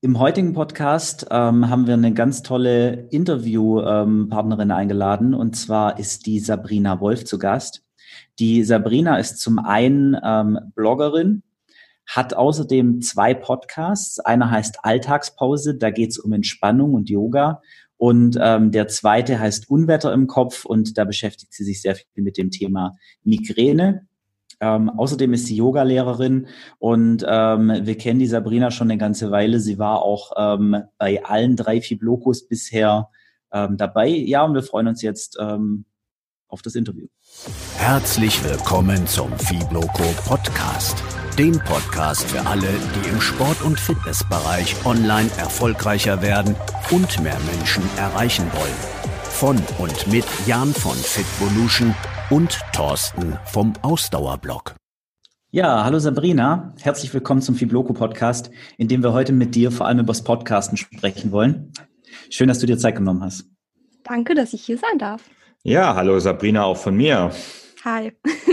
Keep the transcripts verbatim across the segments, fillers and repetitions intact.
Im heutigen Podcast ähm, haben wir eine ganz tolle Interviewpartnerin eingeladen, und zwar ist die Sabrina Wolf zu Gast. Die Sabrina ist zum einen ähm, Bloggerin, hat außerdem zwei Podcasts. Einer heißt Alltagspause, da geht es um Entspannung und Yoga. Und ähm, der zweite heißt Unwetter im Kopf, und da beschäftigt sie sich sehr viel mit dem Thema Migräne. Ähm, außerdem ist sie Yoga-Lehrerin, und ähm, wir kennen die Sabrina schon eine ganze Weile. Sie war auch ähm, bei allen drei Fiblocos bisher ähm, dabei. Ja, und wir freuen uns jetzt ähm, auf das Interview. Herzlich willkommen zum Fibloco Podcast. Dem Podcast für alle, die im Sport- und Fitnessbereich online erfolgreicher werden und mehr Menschen erreichen wollen. Von und mit Jan von Fitvolution und Thorsten vom Ausdauerblog. Ja, hallo Sabrina, herzlich willkommen zum Fibloco Podcast, in dem wir heute mit dir vor allem über das Podcasten sprechen wollen. Schön, dass du dir Zeit genommen hast. Danke, dass ich hier sein darf. Ja, hallo Sabrina, auch von mir. Hi.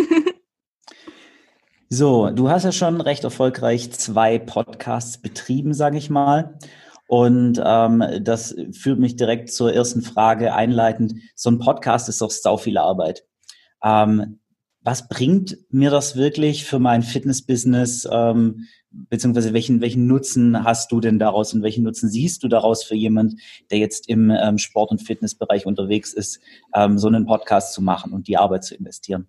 So, du hast ja schon recht erfolgreich zwei Podcasts betrieben, sage ich mal. Und ähm, das führt mich direkt zur ersten Frage einleitend. So ein Podcast ist doch sau viel Arbeit. Ähm, was bringt mir das wirklich für mein Fitnessbusiness? Ähm, beziehungsweise welchen, welchen Nutzen hast du denn daraus und welchen Nutzen siehst du daraus für jemand, der jetzt im ähm, Sport- und Fitnessbereich unterwegs ist, ähm, so einen Podcast zu machen und die Arbeit zu investieren?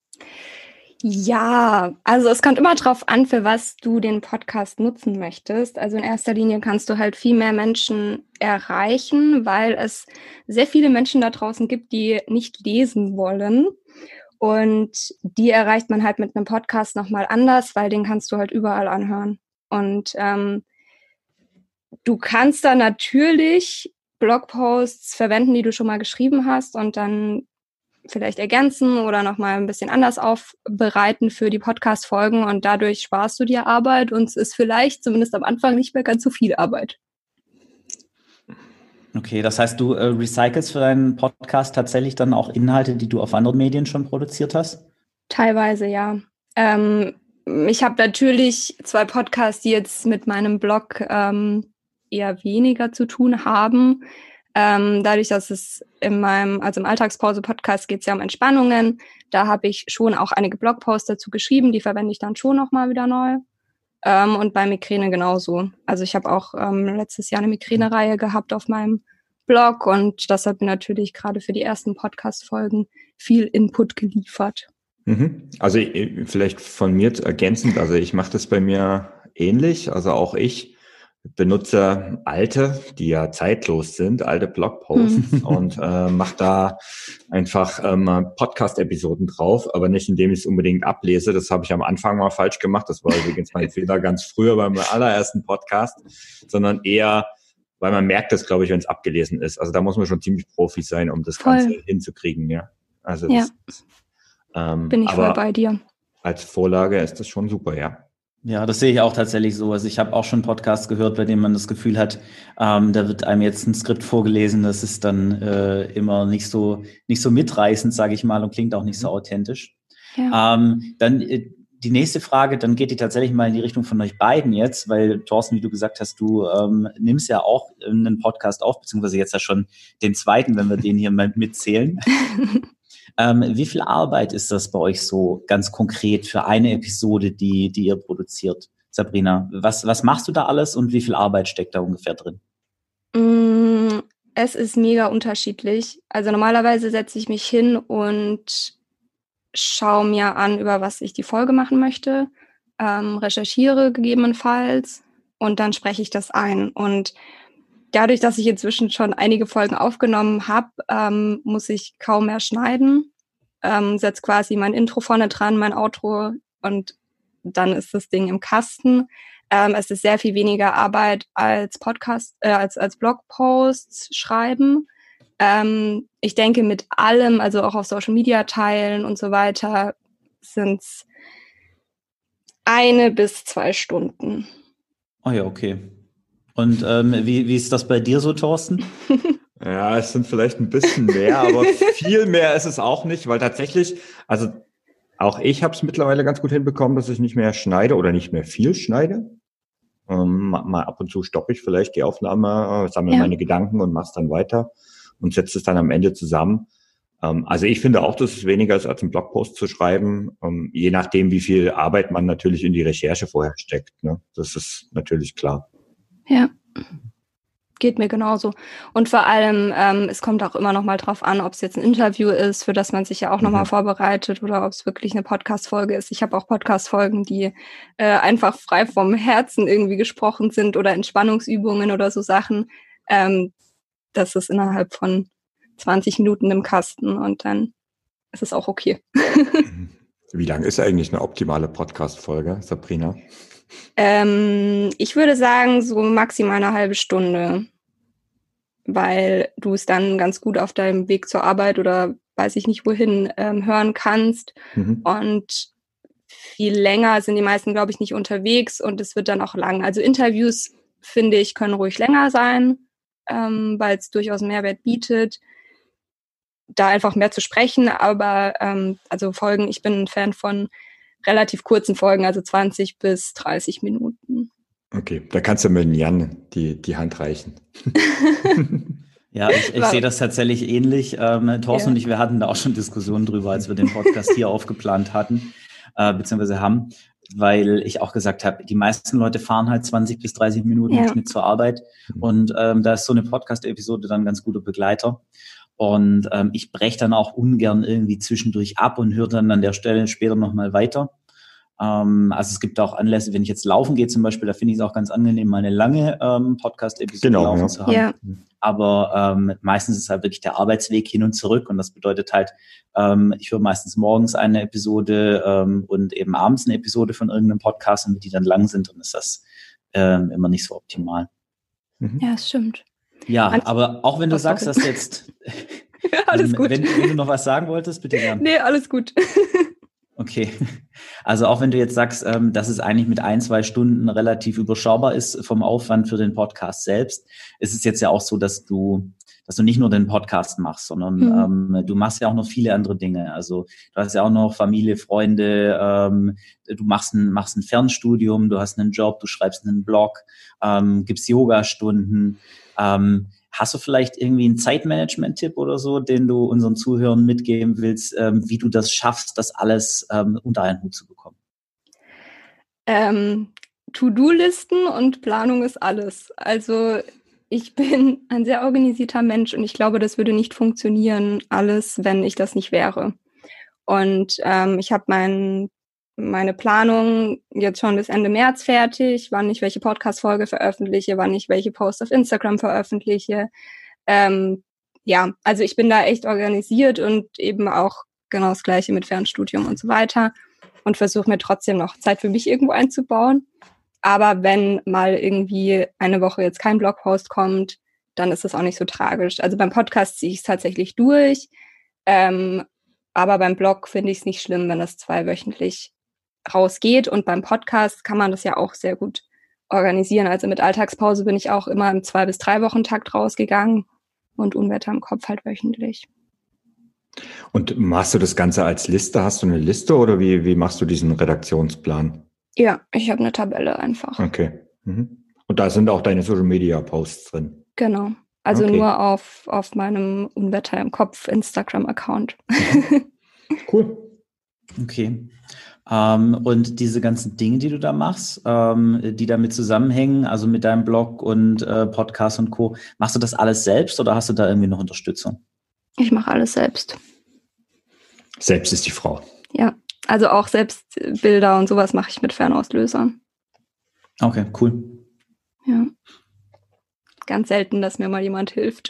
Ja, also es kommt immer drauf an, für was du den Podcast nutzen möchtest. Also in erster Linie kannst du halt viel mehr Menschen erreichen, weil es sehr viele Menschen da draußen gibt, die nicht lesen wollen. Und die erreicht man halt mit einem Podcast nochmal anders, weil den kannst du halt überall anhören. Und ähm, du kannst da natürlich Blogposts verwenden, die du schon mal geschrieben hast, und dann vielleicht ergänzen oder nochmal ein bisschen anders aufbereiten für die Podcast-Folgen, und dadurch sparst du dir Arbeit und es ist vielleicht zumindest am Anfang nicht mehr ganz so viel Arbeit. Okay, das heißt, du äh, recycelst für deinen Podcast tatsächlich dann auch Inhalte, die du auf anderen Medien schon produziert hast? Teilweise, ja. Ähm, ich habe natürlich zwei Podcasts, die jetzt mit meinem Blog ähm, eher weniger zu tun haben. Ähm, dadurch, dass es in meinem, also im Alltagspause-Podcast geht es ja um Entspannungen, da habe ich schon auch einige Blogposts dazu geschrieben, die verwende ich dann schon nochmal wieder neu. Ähm, und bei Migräne genauso. Also ich habe auch ähm, letztes Jahr eine Migräne-Reihe gehabt auf meinem Blog, und das hat mir natürlich gerade für die ersten Podcast-Folgen viel Input geliefert. Mhm. Also vielleicht von mir ergänzend, also ich mache das bei mir ähnlich, also auch ich benutze alte, die ja zeitlos sind, alte Blogposts mhm. und äh, mache da einfach ähm, Podcast-Episoden drauf, aber nicht, indem ich es unbedingt ablese. Das habe ich am Anfang mal falsch gemacht. Das war übrigens mein Fehler ganz früher beim allerersten Podcast, sondern eher, weil man merkt das, glaube ich, wenn es abgelesen ist. Also da muss man schon ziemlich Profi sein, um das voll. Ganze hinzukriegen. Ja, also ja. Das, ähm, bin ich aber voll bei dir. Als Vorlage ist das schon super, ja. Ja, das sehe ich auch tatsächlich so. Also ich habe auch schon Podcasts gehört, bei denen man das Gefühl hat, ähm, da wird einem jetzt ein Skript vorgelesen, das ist dann äh, immer nicht so nicht so mitreißend, sage ich mal, und klingt auch nicht so authentisch. Ja. Ähm, dann äh, die nächste Frage, dann geht die tatsächlich mal in die Richtung von euch beiden jetzt, weil Thorsten, wie du gesagt hast, du ähm, nimmst ja auch einen Podcast auf, beziehungsweise jetzt ja schon den zweiten, wenn wir den hier mal mitzählen. Ähm, wie viel Arbeit ist das bei euch so ganz konkret für eine Episode, die, die ihr produziert? Sabrina, was, was machst du da alles und wie viel Arbeit steckt da ungefähr drin? Es ist mega unterschiedlich. Also normalerweise setze ich mich hin und schaue mir an, über was ich die Folge machen möchte, ähm, recherchiere gegebenenfalls und dann spreche ich das ein. Und dadurch, dass ich inzwischen schon einige Folgen aufgenommen habe, ähm, muss ich kaum mehr schneiden, ähm, setze quasi mein Intro vorne dran, mein Outro, und dann ist das Ding im Kasten. Ähm, es ist sehr viel weniger Arbeit als Podcast, äh, als als Blogposts schreiben. Ähm, ich denke, mit allem, also auch auf Social Media teilen und so weiter, sind es eine bis zwei Stunden. Oh ja, okay. Und ähm, wie, wie ist das bei dir so, Thorsten? Ja, es sind vielleicht ein bisschen mehr, aber viel mehr ist es auch nicht, weil tatsächlich, also auch ich habe es mittlerweile ganz gut hinbekommen, dass ich nicht mehr schneide oder nicht mehr viel schneide. Ähm, mal ab und zu stoppe ich vielleicht die Aufnahme, äh, sammle Ja. meine Gedanken und mache es dann weiter und setze es dann am Ende zusammen. Ähm, also ich finde auch, dass es weniger ist, als einen Blogpost zu schreiben, ähm, je nachdem, wie viel Arbeit man natürlich in die Recherche vorher steckt. Ne? Das ist natürlich klar. Ja, geht mir genauso. Und vor allem, ähm, es kommt auch immer noch mal drauf an, ob es jetzt ein Interview ist, für das man sich ja auch noch mal Mhm. vorbereitet, oder ob es wirklich eine Podcast-Folge ist. Ich habe auch Podcast-Folgen, die äh, einfach frei vom Herzen irgendwie gesprochen sind, oder Entspannungsübungen oder so Sachen. Ähm, das ist innerhalb von zwanzig Minuten im Kasten und dann ist es auch okay. Wie lang ist eigentlich eine optimale Podcast-Folge, Sabrina? Ähm, ich würde sagen, so maximal eine halbe Stunde, weil du es dann ganz gut auf deinem Weg zur Arbeit oder weiß ich nicht wohin ähm, hören kannst. Mhm. Und viel länger sind die meisten, glaube ich, nicht unterwegs, und es wird dann auch lang. Also Interviews, finde ich, können ruhig länger sein, ähm, weil es durchaus Mehrwert bietet, da einfach mehr zu sprechen. Aber ähm, also Folgen, ich bin ein Fan von relativ kurzen Folgen, also zwanzig bis dreißig Minuten. Okay, da kannst du mir den Jan die, die Hand reichen. Ja, ich, ich sehe das tatsächlich ähnlich. Ähm, Thorsten Ja. und ich, wir hatten da auch schon Diskussionen drüber, als wir den Podcast hier aufgeplant hatten, äh, beziehungsweise haben, weil ich auch gesagt habe, die meisten Leute fahren halt zwanzig bis dreißig Minuten Ja. im Schnitt zur Arbeit, und ähm, da ist so eine Podcast-Episode dann ein ganz guter Begleiter. Und ähm, ich breche dann auch ungern irgendwie zwischendurch ab und höre dann an der Stelle später nochmal weiter. Ähm, also es gibt auch Anlässe, wenn ich jetzt laufen gehe zum Beispiel, da finde ich es auch ganz angenehm, mal eine lange ähm, Podcast-Episode Genau, laufen ja. zu haben. Ja. Aber ähm, meistens ist halt wirklich der Arbeitsweg hin und zurück, und das bedeutet halt, ähm, ich höre meistens morgens eine Episode ähm, und eben abends eine Episode von irgendeinem Podcast, und wenn die dann lang sind, dann ist das ähm, immer nicht so optimal. Mhm. Ja, es stimmt. Ja, Manch- aber auch wenn du Oh, sagst, sorry. dass jetzt, Alles ähm, gut. wenn, wenn du noch was sagen wolltest, bitte gern. Nee, alles gut. Okay, also auch wenn du jetzt sagst, ähm, dass es eigentlich mit ein, zwei Stunden relativ überschaubar ist vom Aufwand für den Podcast selbst, ist es jetzt ja auch so, dass du, dass du nicht nur den Podcast machst, sondern Mhm. ähm, du machst ja auch noch viele andere Dinge. Also du hast ja auch noch Familie, Freunde, ähm, du machst ein, machst ein Fernstudium, du hast einen Job, du schreibst einen Blog, ähm, gibst Yoga-Stunden. Ähm, Hast du vielleicht irgendwie einen Zeitmanagement-Tipp oder so, den du unseren Zuhörern mitgeben willst, ähm, wie du das schaffst, das alles ähm, unter einen Hut zu bekommen? Ähm, To-Do-Listen und Planung ist alles. Also ich bin ein sehr organisierter Mensch, und ich glaube, das würde nicht funktionieren, alles, wenn ich das nicht wäre. Und ähm, ich habe mein, meine Planung jetzt schon bis Ende März fertig, wann ich welche Podcast-Folge veröffentliche, wann ich welche Post auf Instagram veröffentliche. Ähm, ja, also ich bin da echt organisiert, und eben auch genau das Gleiche mit Fernstudium und so weiter, und versuche mir trotzdem noch Zeit für mich irgendwo einzubauen. Aber wenn mal irgendwie eine Woche jetzt kein Blogpost kommt, dann ist das auch nicht so tragisch. Also beim Podcast ziehe ich es tatsächlich durch. Ähm, aber beim Blog finde ich es nicht schlimm, wenn das zweiwöchentlich rausgeht. Und beim Podcast kann man das ja auch sehr gut organisieren. Also mit Alltagspause bin ich auch immer im zwei- bis drei Wochen Takt rausgegangen, und Unwetter im Kopf halt wöchentlich. Und machst du das Ganze als Liste? Hast du eine Liste oder wie, wie machst du diesen Redaktionsplan? Ja, ich habe eine Tabelle einfach. Okay. Mhm. Und da sind auch deine Social-Media-Posts drin? Genau. Also Okay. nur auf, auf meinem Unwetter im Kopf Instagram-Account. Cool. Okay. Ähm, und diese ganzen Dinge, die du da machst, ähm, die damit zusammenhängen, also mit deinem Blog und äh, Podcast und Co., machst du das alles selbst oder hast du da irgendwie noch Unterstützung? Ich mache alles selbst. Selbst ist die Frau. Ja, also auch selbst Bilder und sowas mache ich mit Fernauslösern. Okay, cool. Ja. Ganz selten, dass mir mal jemand hilft.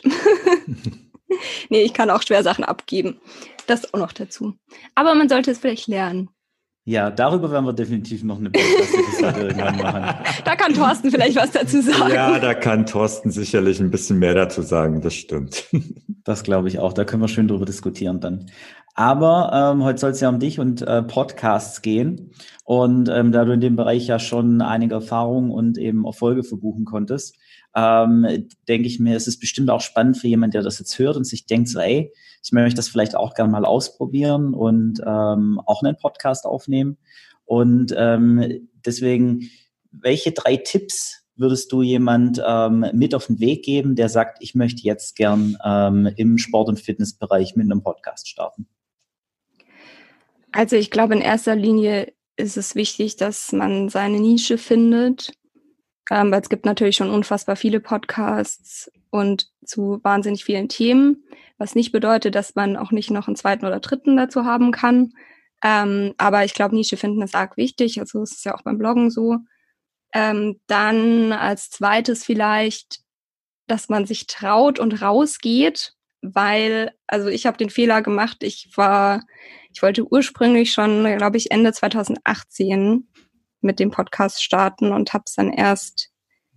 Nee, ich kann auch schwer Sachen abgeben. Das auch noch dazu. Aber man sollte es vielleicht lernen. Ja, darüber werden wir definitiv noch eine Podcast-Episode irgendwann machen. Da kann Thorsten vielleicht was dazu sagen. Ja, da kann Thorsten sicherlich ein bisschen mehr dazu sagen, das stimmt. Das glaube ich auch. Da können wir schön drüber diskutieren dann. Aber ähm, heute soll es ja um dich und äh, Podcasts gehen. Und ähm, da du in dem Bereich ja schon einige Erfahrungen und eben Erfolge verbuchen konntest, ähm, denke ich mir, es ist bestimmt auch spannend für jemanden, der das jetzt hört und sich denkt so, ey, ich möchte das vielleicht auch gerne mal ausprobieren und ähm, auch einen Podcast aufnehmen. Und ähm, deswegen welche drei Tipps würdest du jemand ähm, mit auf den Weg geben, der sagt, ich möchte jetzt gern ähm, im Sport- und Fitnessbereich mit einem Podcast starten? Also ich glaube, in erster Linie ist es wichtig, dass man seine Nische findet, ähm, weil es gibt natürlich schon unfassbar viele Podcasts und zu wahnsinnig vielen Themen, was nicht bedeutet, dass man auch nicht noch einen zweiten oder dritten dazu haben kann. Ähm, aber ich glaube, Nische finden ist arg wichtig, also es ist ja auch beim Bloggen so. Ähm, dann als zweites vielleicht, dass man sich traut und rausgeht, weil, also ich habe den Fehler gemacht, ich war, ich wollte ursprünglich schon, glaube ich, Ende zwanzig achtzehn mit dem Podcast starten und habe es dann erst,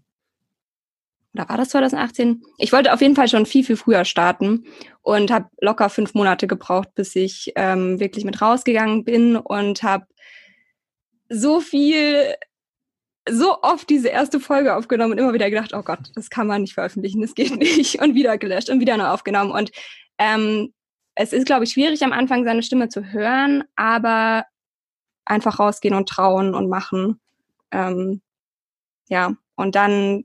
oder war das zwanzig achtzehn? Ich wollte auf jeden Fall schon viel, viel früher starten und habe locker fünf Monate gebraucht, bis ich ähm, wirklich mit rausgegangen bin und habe so viel so oft diese erste Folge aufgenommen und immer wieder gedacht, oh Gott, das kann man nicht veröffentlichen, das geht nicht. Und wieder gelöscht und wieder neu aufgenommen. Und ähm, es ist, glaube ich, schwierig am Anfang seine Stimme zu hören, aber einfach rausgehen und trauen und machen. Ähm, ja, und dann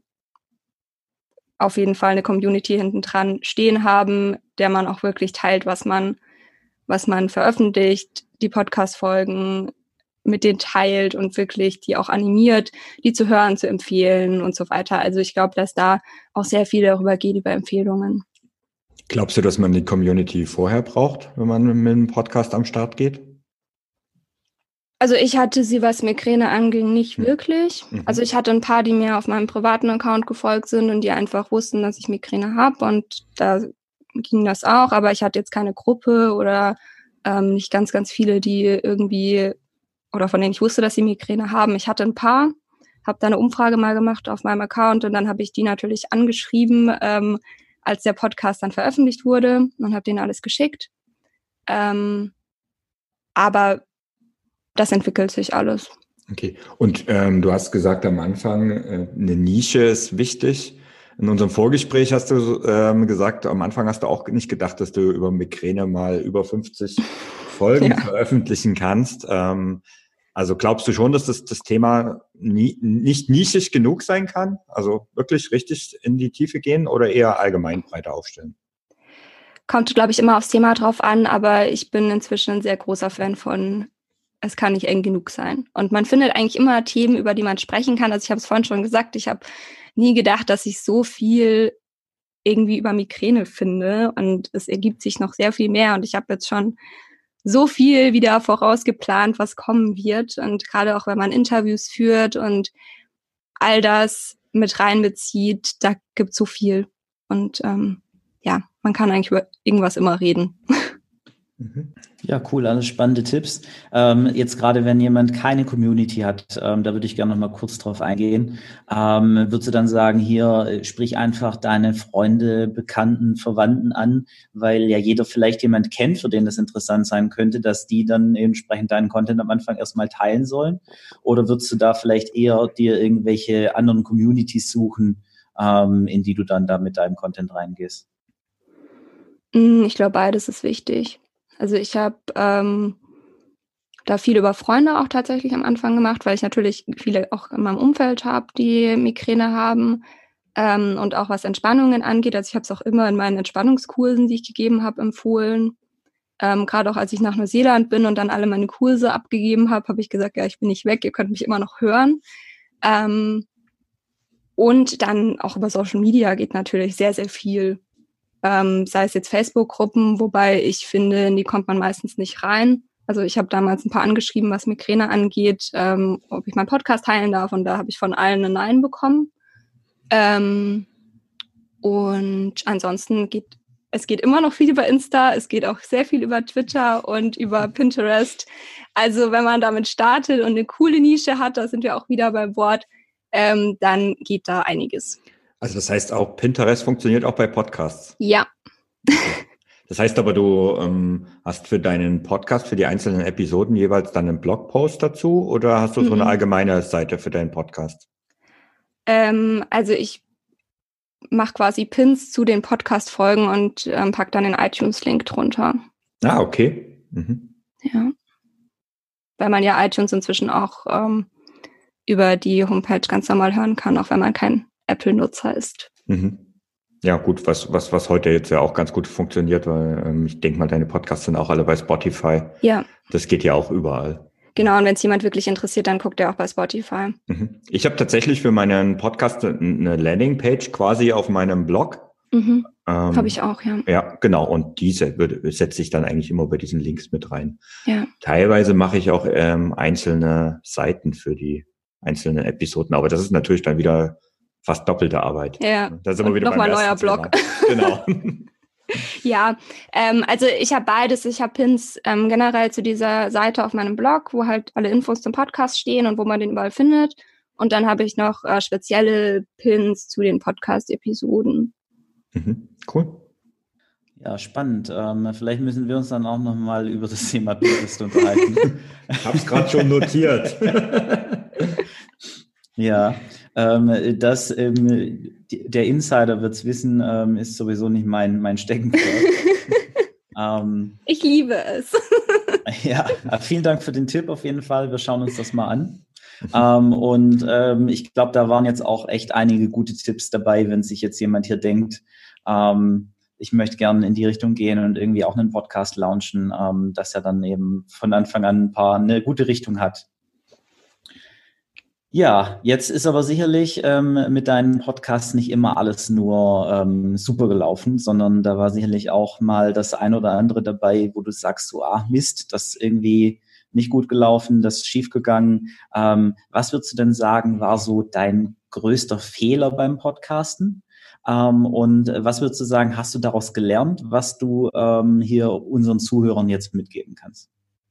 auf jeden Fall eine Community hinten dran stehen haben, der man auch wirklich teilt, was man, was man veröffentlicht, die Podcast-Folgen mit denen teilt und wirklich die auch animiert, die zu hören, zu empfehlen und so weiter. Also ich glaube, dass da auch sehr viel darüber geht, über Empfehlungen. Glaubst du, dass man die Community vorher braucht, wenn man mit einem Podcast am Start geht? Also ich hatte sie, was Migräne anging, nicht Mhm. wirklich. Mhm. Also ich hatte ein paar, die mir auf meinem privaten Account gefolgt sind und die einfach wussten, dass ich Migräne habe und da ging das auch. Aber ich hatte jetzt keine Gruppe oder ähm, nicht ganz, ganz viele, die irgendwie oder von denen ich wusste, dass sie Migräne haben. Ich hatte ein paar, habe da eine Umfrage mal gemacht auf meinem Account und dann habe ich die natürlich angeschrieben, ähm, als der Podcast dann veröffentlicht wurde und habe denen alles geschickt. Ähm, aber das entwickelt sich alles. Okay. Und ähm, du hast gesagt am Anfang, äh, eine Nische ist wichtig. In unserem Vorgespräch hast du ähm, gesagt, am Anfang hast du auch nicht gedacht, dass du über Migräne mal über fünfzig Folgen Ja. veröffentlichen kannst. Ähm, also glaubst du schon, dass das, das Thema nie, nicht nischig genug sein kann? Also wirklich richtig in die Tiefe gehen oder eher allgemein breiter aufstellen? Kommt, glaube ich, immer aufs Thema drauf an, aber ich bin inzwischen ein sehr großer Fan von, es kann nicht eng genug sein. Und man findet eigentlich immer Themen, über die man sprechen kann. Also ich habe es vorhin schon gesagt, ich habe nie gedacht, dass ich so viel irgendwie über Migräne finde und es ergibt sich noch sehr viel mehr und ich habe jetzt schon so viel wieder vorausgeplant, was kommen wird und gerade auch, wenn man Interviews führt und all das mit reinbezieht, da gibt es so viel und ähm, ja, man kann eigentlich über irgendwas immer reden. Ja, cool, alles spannende Tipps. Ähm, jetzt gerade, wenn jemand keine Community hat, ähm, da würde ich gerne noch mal kurz drauf eingehen. Ähm, würdest du dann sagen, hier, sprich einfach deine Freunde, Bekannten, Verwandten an, weil ja jeder vielleicht jemand kennt, für den das interessant sein könnte, dass die dann entsprechend deinen Content am Anfang erstmal teilen sollen? Oder würdest du da vielleicht eher dir irgendwelche anderen Communities suchen, ähm, in die du dann da mit deinem Content reingehst? Ich glaube, beides ist wichtig. Also ich habe ähm, da viel über Freunde auch tatsächlich am Anfang gemacht, weil ich natürlich viele auch in meinem Umfeld habe, die Migräne haben ähm, und auch was Entspannungen angeht. Also ich habe es auch immer in meinen Entspannungskursen, die ich gegeben habe, empfohlen. Ähm, Gerade auch als ich nach Neuseeland bin und dann alle meine Kurse abgegeben habe, habe ich gesagt, ja, ich bin nicht weg, ihr könnt mich immer noch hören. Ähm, und dann auch über Social Media geht natürlich sehr, sehr viel. Ähm, sei es jetzt Facebook-Gruppen, wobei ich finde, in die kommt man meistens nicht rein. Also ich habe damals ein paar angeschrieben, was Migräne angeht, ähm, ob ich meinen Podcast teilen darf und da habe ich von allen ein Nein bekommen. Ähm, und ansonsten geht es geht immer noch viel über Insta, es geht auch sehr viel über Twitter und über Pinterest. Also wenn man damit startet und eine coole Nische hat, da sind wir auch wieder beim Wort, ähm, dann geht da einiges. Also das heißt auch, Pinterest funktioniert auch bei Podcasts? Ja. Das heißt aber, du ähm, hast für deinen Podcast, für die einzelnen Episoden jeweils dann einen Blogpost dazu oder hast du so eine allgemeine Seite für deinen Podcast? Ähm, also ich mache quasi Pins zu den Podcast-Folgen und ähm, pack dann den iTunes-Link drunter. Ah, okay. Mhm. Ja. Weil man ja iTunes inzwischen auch ähm, über die Homepage ganz normal hören kann, auch wenn man kein Apple-Nutzer ist. Mhm. Ja, gut, was, was, was heute jetzt ja auch ganz gut funktioniert, weil ähm, ich denke mal, deine Podcasts sind auch alle bei Spotify. Ja. Das geht ja auch überall. Genau, und wenn es jemand wirklich interessiert, dann guckt er auch bei Spotify. Mhm. Ich habe tatsächlich für meinen Podcast eine Landingpage quasi auf meinem Blog. Mhm. Ähm, Habe ich auch, ja. Ja, genau. Und diese würde, setze ich dann eigentlich immer bei diesen Links mit rein. Ja. Teilweise mache ich auch ähm, einzelne Seiten für die einzelnen Episoden, aber das ist natürlich dann wieder fast doppelte Arbeit. Ja, da sind wir wieder nochmal beim neuer ersten Blog. Thema. Genau. Ja, ähm, also ich habe beides. Ich habe Pins ähm, generell zu dieser Seite auf meinem Blog, wo halt alle Infos zum Podcast stehen und wo man den überall findet. Und dann habe ich noch äh, spezielle Pins zu den Podcast-Episoden. Mhm. Cool. Ja, spannend. Ähm, vielleicht müssen wir uns dann auch nochmal über das Thema Pinterest unterhalten. Ich habe es gerade schon notiert. Ja, ähm, das, ähm, die, der Insider wird's wissen, ähm, ist sowieso nicht mein, mein Steckenpferd. ähm, Ich liebe es. ja, vielen Dank für den Tipp auf jeden Fall. Wir schauen uns das mal an. ähm, und ähm, ich glaube, da waren jetzt auch echt einige gute Tipps dabei, wenn sich jetzt jemand hier denkt, ähm, ich möchte gerne in die Richtung gehen und irgendwie auch einen Podcast launchen, ähm, dass er dann eben von Anfang an ein paar eine gute Richtung hat. Ja, jetzt ist aber sicherlich ähm, mit deinem Podcast nicht immer alles nur ähm, super gelaufen, sondern da war sicherlich auch mal das ein oder andere dabei, wo du sagst, so, ah Mist, das ist irgendwie nicht gut gelaufen, das ist schief gegangen. Ähm, was würdest du denn sagen, war so dein größter Fehler beim Podcasten? Ähm, und was würdest du sagen, hast du daraus gelernt, was du ähm, hier unseren Zuhörern jetzt mitgeben kannst?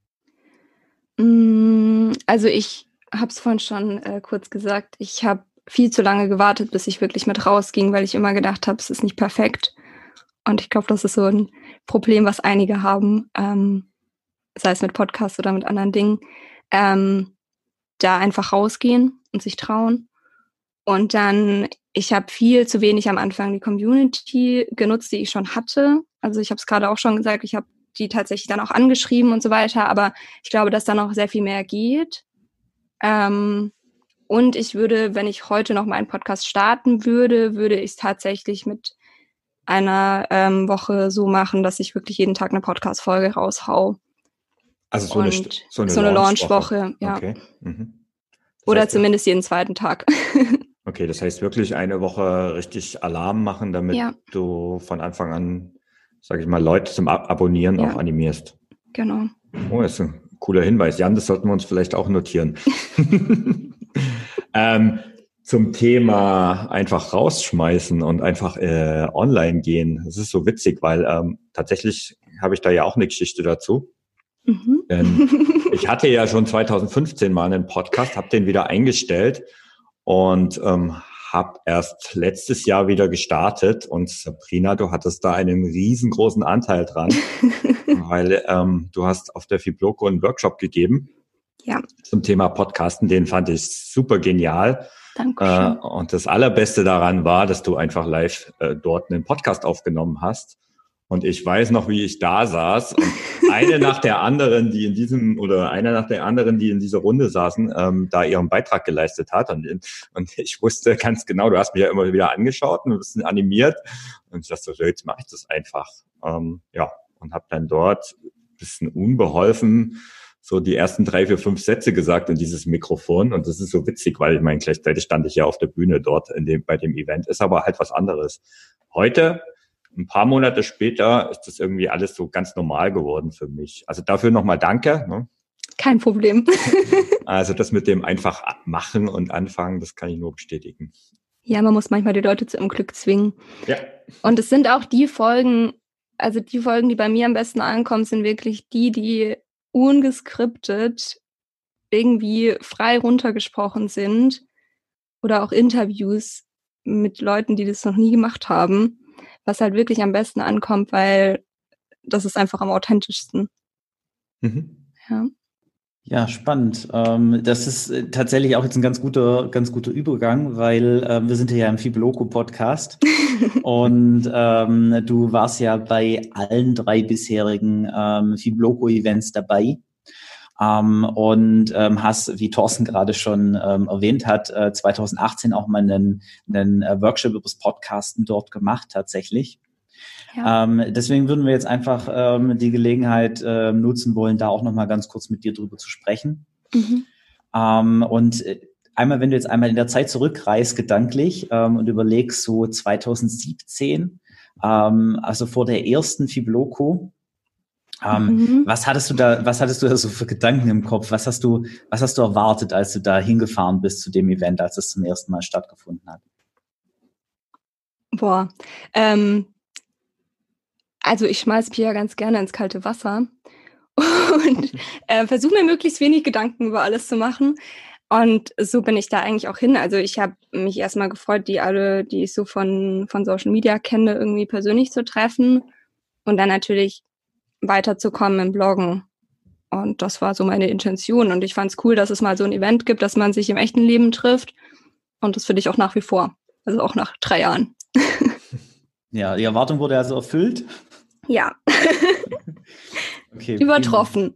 Also ich habe es vorhin schon äh, kurz gesagt, ich habe viel zu lange gewartet, bis ich wirklich mit rausging, weil ich immer gedacht habe, es ist nicht perfekt. Und ich glaube, das ist so ein Problem, was einige haben, ähm, sei es mit Podcasts oder mit anderen Dingen, ähm, da einfach rausgehen und sich trauen. Und dann, ich habe viel zu wenig am Anfang die Community genutzt, die ich schon hatte. Also ich habe es gerade auch schon gesagt, ich habe die tatsächlich dann auch angeschrieben und so weiter. Aber ich glaube, dass da noch sehr viel mehr geht. Ähm, und ich würde, wenn ich heute noch meinen Podcast starten würde, würde ich es tatsächlich mit einer ähm, Woche so machen, dass ich wirklich jeden Tag eine Podcast-Folge raushau. Also so eine, so eine, so eine Launch-Woche, Launch-Woche, ja. Okay. Mhm. Oder heißt, zumindest jeden zweiten Tag. Okay, das heißt wirklich eine Woche richtig Alarm machen, damit ja. du von Anfang an, sage ich mal, Leute zum Ab- Abonnieren ja. auch animierst. Genau. Oh, das ist ein cooler Hinweis. Jan, das sollten wir uns vielleicht auch notieren. ähm, zum Thema einfach rausschmeißen und einfach äh, online gehen. Das ist so witzig, weil ähm, tatsächlich habe ich da ja auch eine Geschichte dazu. Mhm. Denn ich hatte ja schon zwanzig fünfzehn mal einen Podcast, habe den wieder eingestellt und ähm, habe erst letztes Jahr wieder gestartet. Und Sabrina, du hattest da einen riesengroßen Anteil dran, weil ähm, du hast auf der Fibloco einen Workshop gegeben ja. zum Thema Podcasten. Den fand ich super genial. Dankeschön. Äh, und das Allerbeste daran war, dass du einfach live äh, dort einen Podcast aufgenommen hast. Und ich weiß noch, wie ich da saß und eine nach der anderen, die in diesem oder einer nach der anderen, die in dieser Runde saßen, ähm, da ihren Beitrag geleistet hat. Und, und ich wusste ganz genau, du hast mich ja immer wieder angeschaut und ein bisschen animiert. Und ich dachte so, jetzt mache ich das einfach. Ähm, ja, und habe dann dort ein bisschen unbeholfen so die ersten drei, vier, fünf Sätze gesagt in dieses Mikrofon. Und das ist so witzig, weil ich meine, gleichzeitig stand ich ja auf der Bühne dort in dem, bei dem Event. Ist aber halt was anderes. Heute, ein paar Monate später, ist das irgendwie alles so ganz normal geworden für mich. Also dafür nochmal danke. Ne? Kein Problem. Also das mit dem einfach machen und anfangen, das kann ich nur bestätigen. Ja, man muss manchmal die Leute zu ihrem Glück zwingen. Ja. Und es sind auch die Folgen, also die Folgen, die bei mir am besten ankommen, sind wirklich die, die ungeskriptet irgendwie frei runtergesprochen sind oder auch Interviews mit Leuten, die das noch nie gemacht haben, was halt wirklich am besten ankommt, weil das ist einfach am authentischsten. Mhm. Ja. Ja, spannend. Ähm, das ist tatsächlich auch jetzt ein ganz guter, ganz guter Übergang, weil ähm, wir sind ja im Fibloco-Podcast und ähm, du warst ja bei allen drei bisherigen ähm, Fibloco-Events dabei. Ähm, und ähm, hast, wie Thorsten gerade schon ähm, erwähnt hat, äh, zwanzig achtzehn auch mal einen, einen äh, Workshop übers Podcasten dort gemacht tatsächlich. Ja. Ähm, deswegen würden wir jetzt einfach ähm, die Gelegenheit äh, nutzen wollen, da auch nochmal ganz kurz mit dir drüber zu sprechen. Mhm. Ähm, und einmal, wenn du jetzt einmal in der Zeit zurückreist, gedanklich, ähm, und überlegst so zwanzig siebzehn, ähm, also vor der ersten Fibloco, ähm, mhm. was hattest du da, was hattest du da so für Gedanken im Kopf? Was hast du, was hast du erwartet, als du da hingefahren bist zu dem Event, als es zum ersten Mal stattgefunden hat? Boah, ähm, also ich schmeiß mich ja ganz gerne ins kalte Wasser und äh, versuche mir möglichst wenig Gedanken über alles zu machen. Und so bin ich da eigentlich auch hin. Also ich habe mich erstmal gefreut, die alle, die ich so von, von Social Media kenne, irgendwie persönlich zu treffen und dann natürlich weiterzukommen im Bloggen. Und das war so meine Intention. Und ich fand es cool, dass es mal so ein Event gibt, dass man sich im echten Leben trifft. Und das finde ich auch nach wie vor. Also auch nach drei Jahren. Ja, die Erwartung wurde also erfüllt? Ja. Okay, übertroffen.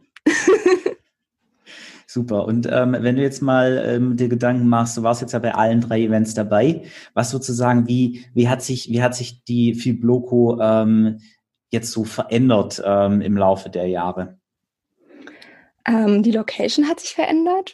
Super. Und ähm, wenn du jetzt mal ähm, dir Gedanken machst, du warst jetzt ja bei allen drei Events dabei, was sozusagen, wie, wie hat sich, wie hat sich die Fibloco ähm, jetzt so verändert ähm, im Laufe der Jahre? Ähm, die Location hat sich verändert.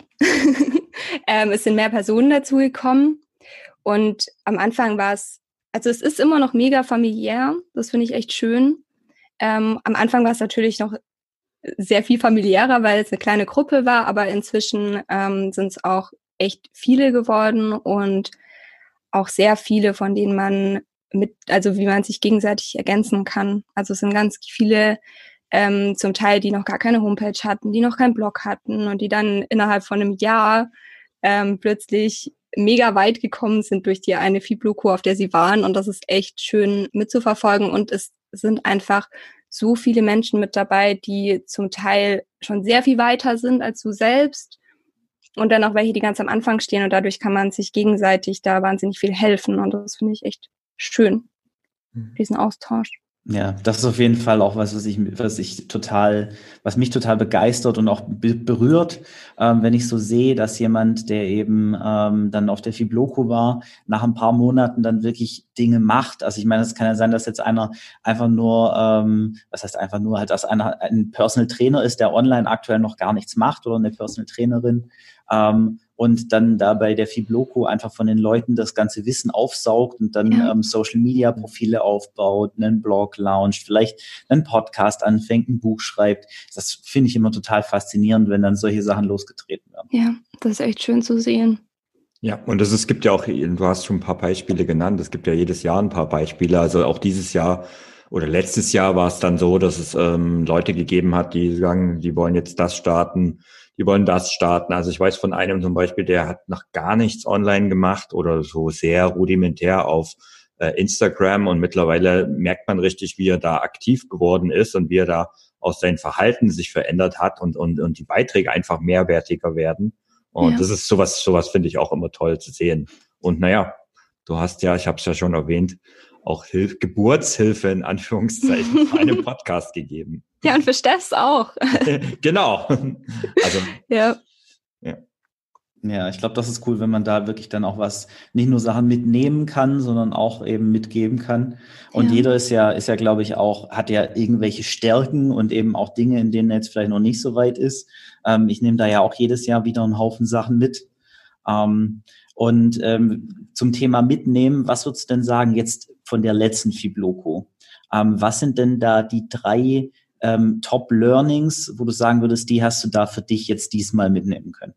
ähm, es sind mehr Personen dazugekommen. Und am Anfang war es, also es ist immer noch mega familiär. Das finde ich echt schön. Ähm, am Anfang war es natürlich noch sehr viel familiärer, weil es eine kleine Gruppe war, aber inzwischen ähm, sind es auch echt viele geworden und auch sehr viele, von denen man mit, also wie man sich gegenseitig ergänzen kann. Also es sind ganz viele ähm, zum Teil, die noch gar keine Homepage hatten, die noch keinen Blog hatten und die dann innerhalb von einem Jahr ähm, plötzlich mega weit gekommen sind durch die eine Fibloco, auf der sie waren. Und das ist echt schön mitzuverfolgen. Und es sind einfach so viele Menschen mit dabei, die zum Teil schon sehr viel weiter sind als du selbst. Und dann auch welche, die ganz am Anfang stehen. Und dadurch kann man sich gegenseitig da wahnsinnig viel helfen. Und das finde ich echt schön, diesen Austausch. Ja, das ist auf jeden Fall auch was, was ich, was ich total, was mich total begeistert und auch be- berührt, ähm, wenn ich so sehe, dass jemand, der eben ähm, dann auf der Fibloco war, nach ein paar Monaten dann wirklich Dinge macht. Also ich meine, es kann ja sein, dass jetzt einer einfach nur, ähm, was heißt einfach nur, halt, dass einer ein Personal Trainer ist, der online aktuell noch gar nichts macht oder eine Personal Trainerin. Ähm, und dann da bei der Fibloco einfach von den Leuten das ganze Wissen aufsaugt und dann ja. ähm, Social-Media-Profile aufbaut, einen Blog launcht, vielleicht einen Podcast anfängt, ein Buch schreibt. Das finde ich immer total faszinierend, wenn dann solche Sachen losgetreten werden. Ja, das ist echt schön zu sehen. Ja, und es, es gibt ja auch, du hast schon ein paar Beispiele genannt, es gibt ja jedes Jahr ein paar Beispiele, also auch dieses Jahr oder letztes Jahr war es dann so, dass es ähm, Leute gegeben hat, die sagen, die wollen jetzt das starten, die wollen das starten. Also ich weiß von einem zum Beispiel, der hat noch gar nichts online gemacht oder so sehr rudimentär auf äh, Instagram und mittlerweile merkt man richtig, wie er da aktiv geworden ist und wie er da aus seinem Verhalten sich verändert hat und und und die Beiträge einfach mehrwertiger werden. Und ja. das ist sowas, sowas finde ich auch immer toll zu sehen. Und naja, du hast ja, ich habe es ja schon erwähnt, auch Hilf- Geburtshilfe in Anführungszeichen für einen Podcast gegeben. Ja, und für Steffs auch. Genau. Also, ja. ja. Ja, ich glaube, das ist cool, wenn man da wirklich dann auch was, nicht nur Sachen mitnehmen kann, sondern auch eben mitgeben kann. Und ja. jeder ist ja, ist ja, glaube ich, auch, hat ja irgendwelche Stärken und eben auch Dinge, in denen er jetzt vielleicht noch nicht so weit ist. Ähm, ich nehme da ja auch jedes Jahr wieder einen Haufen Sachen mit. Ähm, und ähm, zum Thema Mitnehmen, was würdest du denn sagen jetzt von der letzten Fibloco? Ähm, was sind denn da die drei ähm, Top-Learnings, wo du sagen würdest, die hast du da für dich jetzt diesmal mitnehmen können?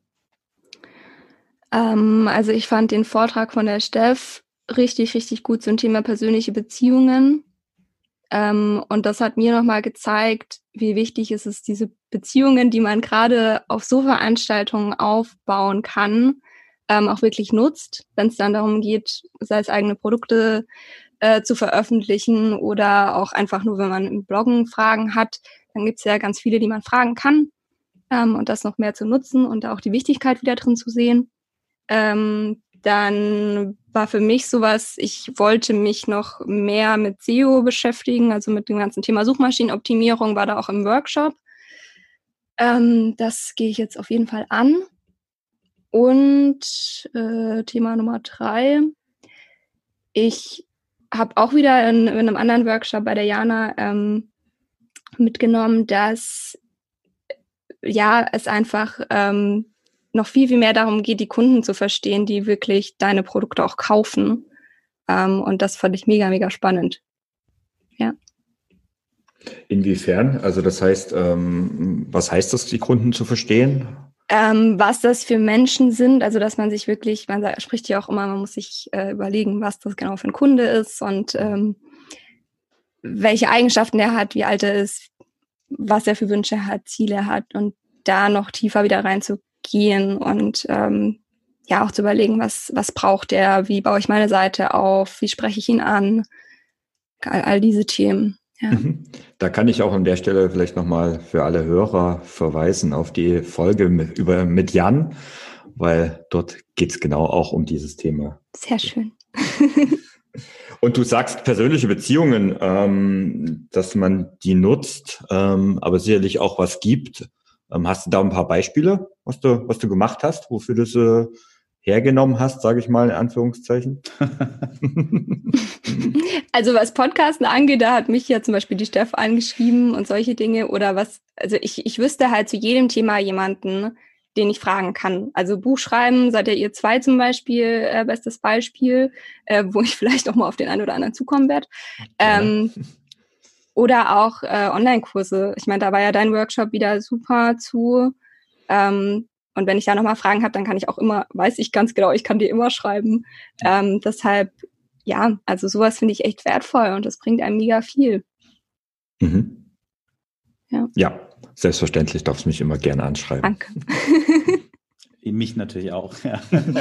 Ähm, also ich fand den Vortrag von der Steff richtig, richtig gut zum Thema persönliche Beziehungen. Ähm, und das hat mir nochmal gezeigt, wie wichtig es ist, diese Beziehungen, die man gerade auf so Veranstaltungen aufbauen kann, ähm, auch wirklich nutzt, wenn es dann darum geht, sei es eigene Produkte äh, zu veröffentlichen oder auch einfach nur, wenn man im Bloggen Fragen hat, dann gibt es ja ganz viele, die man fragen kann, ähm, und das noch mehr zu nutzen und auch die Wichtigkeit wieder drin zu sehen. Ähm, dann war für mich sowas, ich wollte mich noch mehr mit S E O beschäftigen, also mit dem ganzen Thema Suchmaschinenoptimierung, war da auch im Workshop. Ähm, das gehe ich jetzt auf jeden Fall an. Und äh, Thema Nummer drei. Ich habe auch wieder in, in einem anderen Workshop bei der Jana ähm, mitgenommen, dass ja es einfach ähm, noch viel, viel mehr darum geht, die Kunden zu verstehen, die wirklich deine Produkte auch kaufen. Ähm, und das fand ich mega, mega spannend. Ja. Inwiefern? Also das heißt, ähm, was heißt das, die Kunden zu verstehen? Ähm, was das für Menschen sind, also dass man sich wirklich, man sagt, spricht ja auch immer, man muss sich äh, überlegen, was das genau für ein Kunde ist und ähm, welche Eigenschaften er hat, wie alt er ist, was er für Wünsche hat, Ziele hat und da noch tiefer wieder reinzugehen und ähm, ja auch zu überlegen, was, was braucht er, wie baue ich meine Seite auf, wie spreche ich ihn an, all, all diese Themen. Ja. Da kann ich auch an der Stelle vielleicht nochmal für alle Hörer verweisen auf die Folge mit, über, mit Jan, weil dort geht es genau auch um dieses Thema. Sehr schön. Und du sagst persönliche Beziehungen, ähm, dass man die nutzt, ähm, aber sicherlich auch was gibt. Ähm, hast du da ein paar Beispiele, was du, was du gemacht hast, wofür du sie hergenommen hast, sage ich mal in Anführungszeichen? Also was Podcasten angeht, da hat mich ja zum Beispiel die Steff angeschrieben und solche Dinge oder was, also ich, ich wüsste halt zu jedem Thema jemanden, den ich fragen kann. Also Buchschreiben, seid ihr ihr zwei zum Beispiel, äh, bestes Beispiel, äh, wo ich vielleicht auch mal auf den einen oder anderen zukommen werde. Ähm, oder auch äh, Online-Kurse. Ich meine, da war ja dein Workshop wieder super zu. Ähm, und wenn ich da nochmal Fragen habe, dann kann ich auch immer, weiß ich ganz genau, ich kann dir immer schreiben. Ähm, deshalb, ja, also sowas finde ich echt wertvoll und das bringt einem mega viel. Mhm. Ja. Ja, selbstverständlich darfst du mich immer gerne anschreiben. Danke. Mich natürlich auch, ja.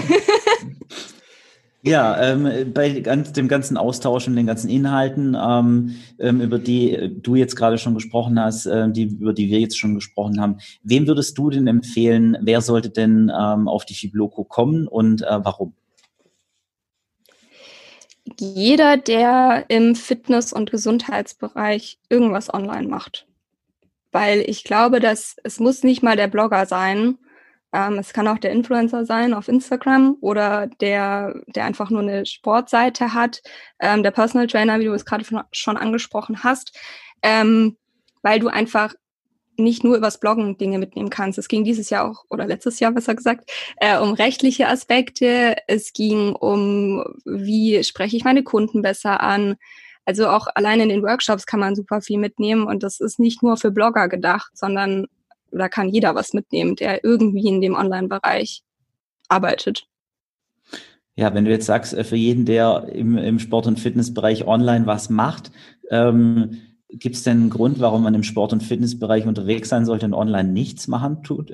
Ja, ähm, bei ganz, dem ganzen Austausch und den ganzen Inhalten, ähm, ähm, über die du jetzt gerade schon gesprochen hast, äh, die, über die wir jetzt schon gesprochen haben, wem würdest du denn empfehlen, wer sollte denn ähm, auf die Fibloco kommen und äh, warum? Jeder, der im Fitness- und Gesundheitsbereich irgendwas online macht. Weil ich glaube, dass es muss nicht mal der Blogger sein. Ähm, es kann auch der Influencer sein auf Instagram oder der, der einfach nur eine Sportseite hat, ähm, der Personal Trainer, wie du es gerade schon angesprochen hast, ähm, weil du einfach nicht nur übers Bloggen Dinge mitnehmen kannst. Es ging dieses Jahr auch, oder letztes Jahr besser gesagt, äh, um rechtliche Aspekte. Es ging um, wie spreche ich meine Kunden besser an. Also auch allein in den Workshops kann man super viel mitnehmen und das ist nicht nur für Blogger gedacht, sondern da kann jeder was mitnehmen, der irgendwie in dem Online-Bereich arbeitet. Ja, wenn du jetzt sagst, für jeden, der im, im Sport- und Fitnessbereich online was macht, ähm, gibt es denn einen Grund, warum man im Sport- und Fitnessbereich unterwegs sein sollte und online nichts machen tut?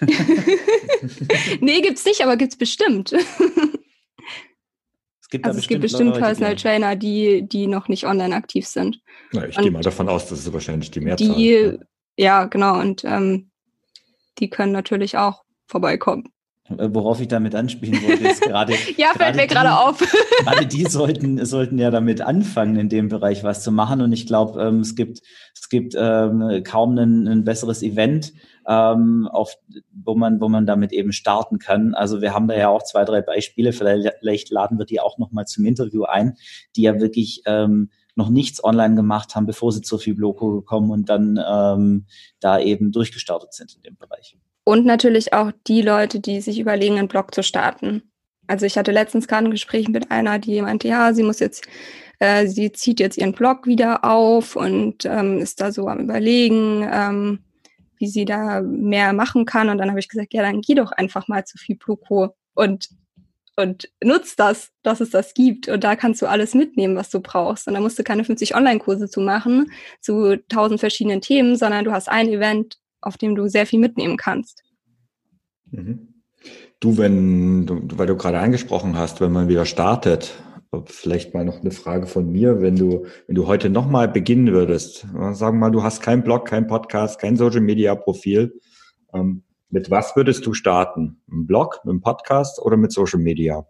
Nee, gibt's nicht, aber gibt's bestimmt. Es gibt, also da es gibt bestimmt bestimmt Leute, Personal die, Trainer, die, die noch nicht online aktiv sind. Na, ich Und gehe mal davon aus, das ist wahrscheinlich die Mehrzahl. Die, ja. ja, genau. Und ähm, die können natürlich auch vorbeikommen. Worauf ich damit anspielen wollte, ist gerade. Ja, fällt mir gerade auf. Gerade die sollten, sollten ja damit anfangen, in dem Bereich was zu machen. Und ich glaube, ähm, es gibt, es gibt ähm, kaum ein, ein besseres Event, ähm, auf, wo man, wo man damit eben starten kann. Also wir haben da ja auch zwei, drei Beispiele. Vielleicht, vielleicht laden wir die auch noch mal zum Interview ein, die ja wirklich ähm, noch nichts online gemacht haben, bevor sie zur Fibloco gekommen und dann ähm, da eben durchgestartet sind in dem Bereich. Und natürlich auch die Leute, die sich überlegen, einen Blog zu starten. Also ich hatte letztens gerade ein Gespräch mit einer, die meinte, ja, sie muss jetzt, äh, sie zieht jetzt ihren Blog wieder auf und ähm, ist da so am Überlegen, ähm, wie sie da mehr machen kann. Und dann habe ich gesagt, ja, dann geh doch einfach mal zu Fibloco und und nutz das, dass es das gibt. Und da kannst du alles mitnehmen, was du brauchst. Und da musst du keine fünfzig Online-Kurse zu machen, zu tausend verschiedenen Themen, sondern du hast ein Event, auf dem du sehr viel mitnehmen kannst. Mhm. Du, wenn du, weil du gerade angesprochen hast, wenn man wieder startet, vielleicht mal noch eine Frage von mir, wenn du, wenn du heute nochmal beginnen würdest, sagen wir mal, du hast keinen Blog, kein Podcast, kein Social Media Profil, ähm, mit was würdest du starten? Ein Blog, mit einem Podcast oder mit Social Media?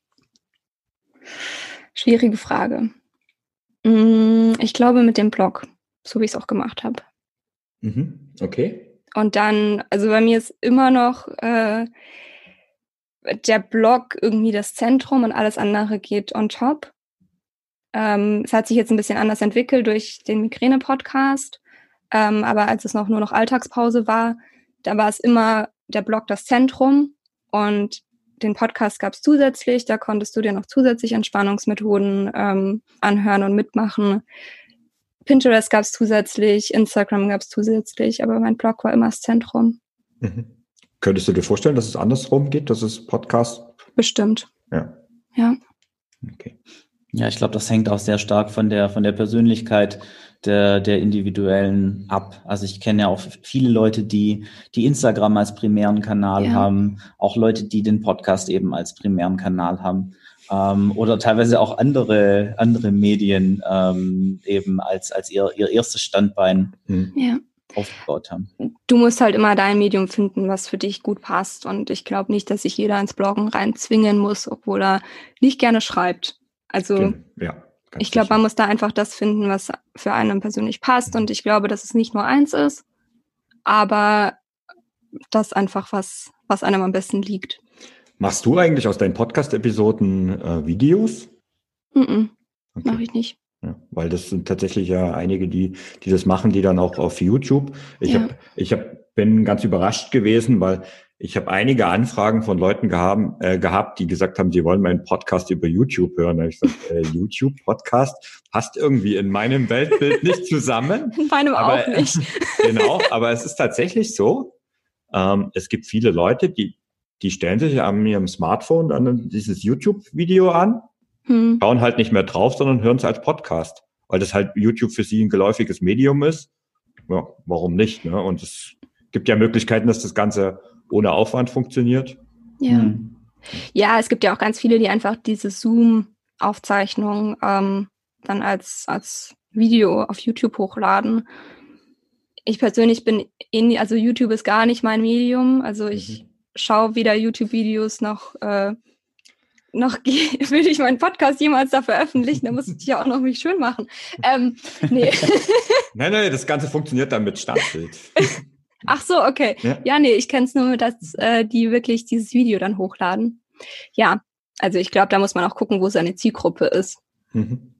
Schwierige Frage. Ich glaube mit dem Blog, so wie ich es auch gemacht habe. Mhm. Okay. Und dann, also bei mir ist immer noch äh, der Blog irgendwie das Zentrum und alles andere geht on top. Ähm, es hat sich jetzt ein bisschen anders entwickelt durch den Migräne-Podcast. Ähm, aber als es noch nur noch Alltagspause war, da war es immer der Blog das Zentrum und den Podcast gab es zusätzlich. Da konntest du dir noch zusätzlich Entspannungsmethoden ähm, anhören und mitmachen. Pinterest gab es zusätzlich, Instagram gab es zusätzlich, aber mein Blog war immer das Zentrum. Mhm. Könntest du dir vorstellen, dass es andersrum geht, dass es Podcast? Bestimmt. Ja. Ja. Okay. Ja, ich glaube, das hängt auch sehr stark von der von der Persönlichkeit der der Individuellen ab. Also ich kenne ja auch viele Leute, die die Instagram als primären Kanal Ja. haben, auch Leute, die den Podcast eben als primären Kanal haben, ähm, oder teilweise auch andere andere Medien ähm, eben als als ihr ihr erstes Standbein Mhm. Ja. aufgebaut haben. Du musst halt immer dein Medium finden, was für dich gut passt. Und ich glaube nicht, dass sich jeder ins Bloggen reinzwingen muss, obwohl er nicht gerne schreibt. Also Ja, ich glaube, man muss da einfach das finden, was für einen persönlich passt. Und ich glaube, dass es nicht nur eins ist, aber das einfach was, was einem am besten liegt. Machst du eigentlich aus deinen Podcast-Episoden äh, Videos? Mhm. Okay. Mache ich nicht. Ja, weil das sind tatsächlich ja einige, die, die das machen, die dann auch auf YouTube. Ich Ja. hab, ich hab, bin ganz überrascht gewesen, weil ich habe einige Anfragen von Leuten gehabt, äh, gehabt, die gesagt haben, sie wollen meinen Podcast über YouTube hören. Da habe ich gesagt, äh, YouTube-Podcast passt irgendwie in meinem Weltbild nicht zusammen. In meinem aber, auch nicht. Genau, aber es ist tatsächlich so. Ähm, es gibt viele Leute, die, die stellen sich an ihrem Smartphone dann dieses YouTube-Video an, Hm. schauen halt nicht mehr drauf, sondern hören es als Podcast, weil das halt YouTube für sie ein geläufiges Medium ist. Ja, warum nicht? Ne? Und es gibt ja Möglichkeiten, dass das Ganze ohne Aufwand funktioniert. Ja. Hm. Ja, es gibt ja auch ganz viele, die einfach diese Zoom-Aufzeichnung ähm, dann als, als Video auf YouTube hochladen. Ich persönlich bin in, also YouTube ist gar nicht mein Medium. Also ich Mhm. schaue weder YouTube-Videos noch, äh, noch will ich meinen Podcast jemals da veröffentlichen. Da muss ich ja auch noch mich schön machen. Ähm, nee. Nein, nein, das Ganze funktioniert dann mit Standbild. Ach so, okay. Ja. Ja, nee, ich kenne es nur, dass äh, die wirklich dieses Video dann hochladen. Ja, also ich glaube, da muss man auch gucken, wo seine Zielgruppe ist. Mhm.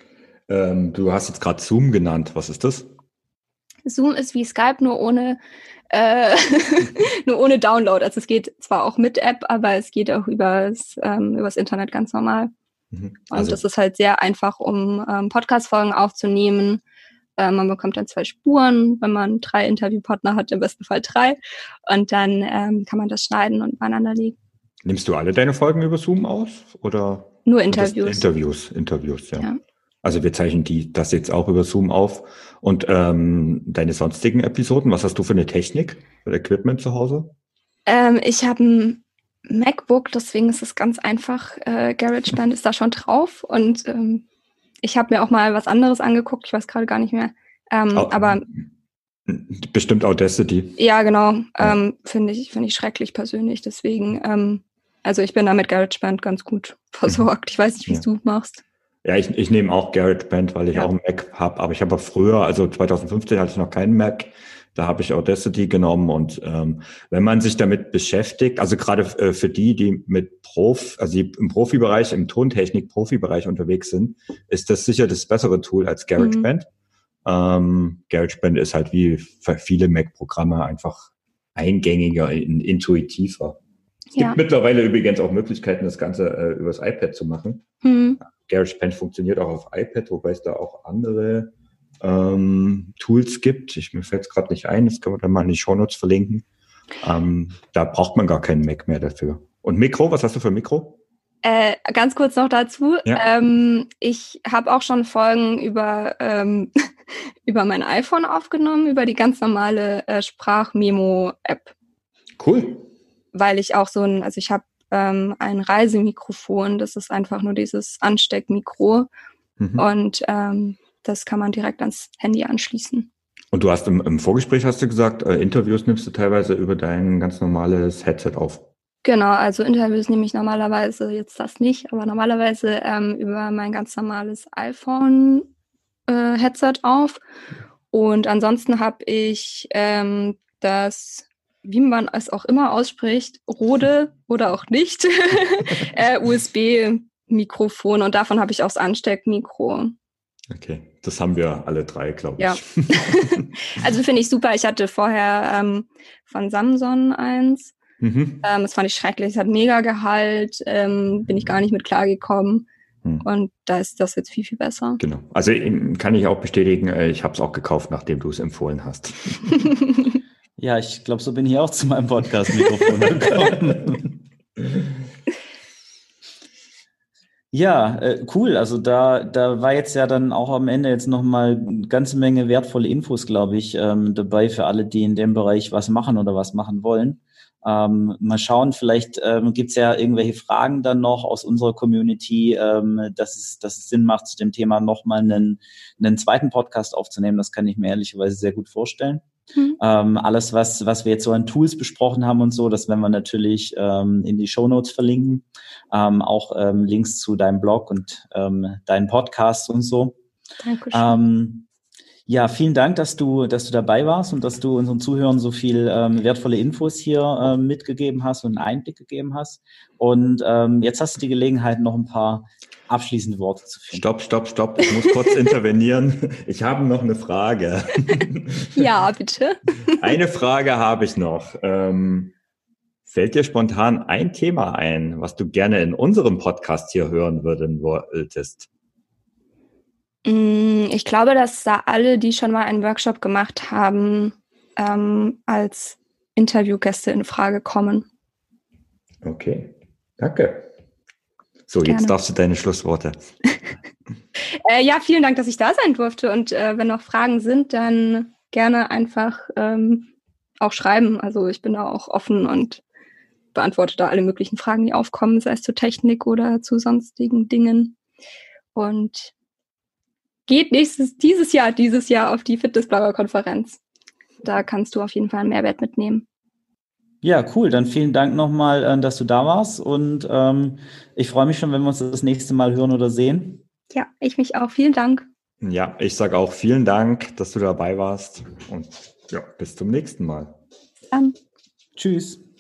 Ähm, du hast jetzt gerade Zoom genannt. Was ist das? Zoom ist wie Skype, nur ohne, äh, nur ohne Download. Also es geht zwar auch mit App, aber es geht auch übers, ähm, übers Internet ganz normal. Mhm. Und Also, das ist halt sehr einfach, um ähm, Podcast-Folgen aufzunehmen. Ähm, man bekommt dann zwei Spuren, wenn man drei Interviewpartner hat, im besten Fall drei. Und dann ähm, kann man das schneiden und übereinander legen. nimmst du alle deine Folgen über Zoom aus? Oder Nur sind das Interviews. Interviews, Interviews, ja. Ja. Also wir zeichnen die, das jetzt auch über Zoom auf. Und ähm, deine sonstigen Episoden, was hast du für eine Technik, für Equipment zu Hause? Ähm, ich habe ein MacBook, deswegen ist es ganz einfach. Äh, GarageBand ist da schon drauf. Und ähm, ich habe mir auch mal was anderes angeguckt. Ich weiß gerade gar nicht mehr. Ähm, Oh. Aber Bestimmt Audacity. ja, genau. Ja. Ähm, finde ich, finde ich schrecklich persönlich. Deswegen, ähm, also ich bin da mit GarageBand ganz gut versorgt. Ich weiß nicht, wie Ja. du machst. Ja, ich, ich nehme auch GarageBand, weil ich Ja. auch einen Mac habe. Aber ich habe auch früher, also zwanzig fünfzehn hatte ich noch keinen Mac. Da habe ich Audacity genommen. Und ähm, wenn man sich damit beschäftigt, also gerade äh, für die, die mit Prof, also die im Profibereich, im Tontechnik-Profibereich unterwegs sind, ist das sicher das bessere Tool als GarageBand. Ähm, GarageBand ist halt wie für viele Mac-Programme einfach eingängiger, in, intuitiver. Es Ja. gibt mittlerweile übrigens auch Möglichkeiten, das Ganze äh, übers iPad zu machen. Hm. GarageBand funktioniert auch auf iPad, wobei es da auch andere ähm, Tools gibt. Ich, mir fällt es gerade nicht ein, das können wir dann mal in die Shownotes verlinken. Ähm, da braucht man gar keinen Mac mehr dafür. Und Mikro, was hast du für ein Mikro? Äh, ganz kurz noch dazu. Ja. Ähm, ich habe auch schon Folgen über, ähm, über mein iPhone aufgenommen, über die ganz normale äh, Sprachmemo-App. Cool. Weil ich auch so ein, also ich habe ähm, ein Reisemikrofon, das ist einfach nur dieses Ansteckmikro Mhm. und ähm, das kann man direkt ans Handy anschließen. Und du hast im, im Vorgespräch hast du gesagt, äh, Interviews nimmst du teilweise über dein ganz normales Headset auf. Genau, also Interviews nehme ich normalerweise, jetzt das nicht, aber normalerweise ähm, über mein ganz normales iPhone-Headset auf. Und ansonsten habe ich ähm, das, wie man es auch immer ausspricht, Rode oder auch nicht, äh, U S B-Mikrofon. Und davon habe ich auch das Ansteckmikro. Okay, das haben wir alle drei, glaube ich. Ja. Also finde ich super. Ich hatte vorher ähm, von Samsung eins. Mhm. Ähm, das fand ich schrecklich. Es hat mega Gehalt. Ähm, bin ich gar nicht mit klargekommen. Mhm. Und da ist das jetzt viel, viel besser. Genau. Also kann ich auch bestätigen, ich habe es auch gekauft, nachdem du es empfohlen hast. Ja, ich glaube, so bin ich auch zu meinem Podcast-Mikrofon gekommen. Ja, äh, cool. Also da, da war jetzt ja dann auch am Ende jetzt nochmal eine ganze Menge wertvolle Infos, glaube ich, ähm, dabei für alle, die in dem Bereich was machen oder was machen wollen. Ähm, mal schauen, vielleicht ähm, gibt's ja irgendwelche Fragen dann noch aus unserer Community, ähm, dass es, dass es Sinn macht, zu dem Thema nochmal einen, einen zweiten Podcast aufzunehmen. Das kann ich mir ehrlicherweise sehr gut vorstellen. Mhm. Ähm, alles, was, was wir jetzt so an Tools besprochen haben und so, das werden wir natürlich ähm, in die Shownotes verlinken. Ähm, auch ähm, Links zu deinem Blog und ähm, deinen Podcasts und so. Dankeschön. Ähm, ja, vielen Dank, dass du, dass du dabei warst und dass du unseren Zuhörern so viel ähm, wertvolle Infos hier ähm, mitgegeben hast und einen Einblick gegeben hast. Und ähm, jetzt hast du die Gelegenheit, noch ein paar abschließende Worte zu finden. Stopp, stopp, stopp. Ich muss kurz intervenieren. Ich habe noch eine Frage. Ja, bitte. Eine Frage habe ich noch. Ähm, fällt dir spontan ein Thema ein, was du gerne in unserem Podcast hier hören würden wolltest? Ich glaube, dass da alle, die schon mal einen Workshop gemacht haben, ähm, als Interviewgäste in Frage kommen. Okay, danke. So, Gerne. Jetzt darfst du deine Schlussworte. äh, ja, vielen Dank, dass ich da sein durfte. Und äh, wenn noch Fragen sind, dann gerne einfach ähm, auch schreiben. Also ich bin da auch offen und beantworte da alle möglichen Fragen, die aufkommen, sei es zur Technik oder zu sonstigen Dingen. Und geht nächstes, dieses Jahr, dieses Jahr auf die Fitnessblogger-Konferenz. Da kannst du auf jeden Fall einen Mehrwert mitnehmen. Ja, cool. Dann vielen Dank nochmal, äh, dass du da warst. Und ähm, ich freue mich schon, wenn wir uns das nächste Mal hören oder sehen. Ja, ich mich auch. Vielen Dank. Ja, ich sage auch vielen Dank, dass du dabei warst. Und ja, bis zum nächsten Mal. Bis dann. Tschüss.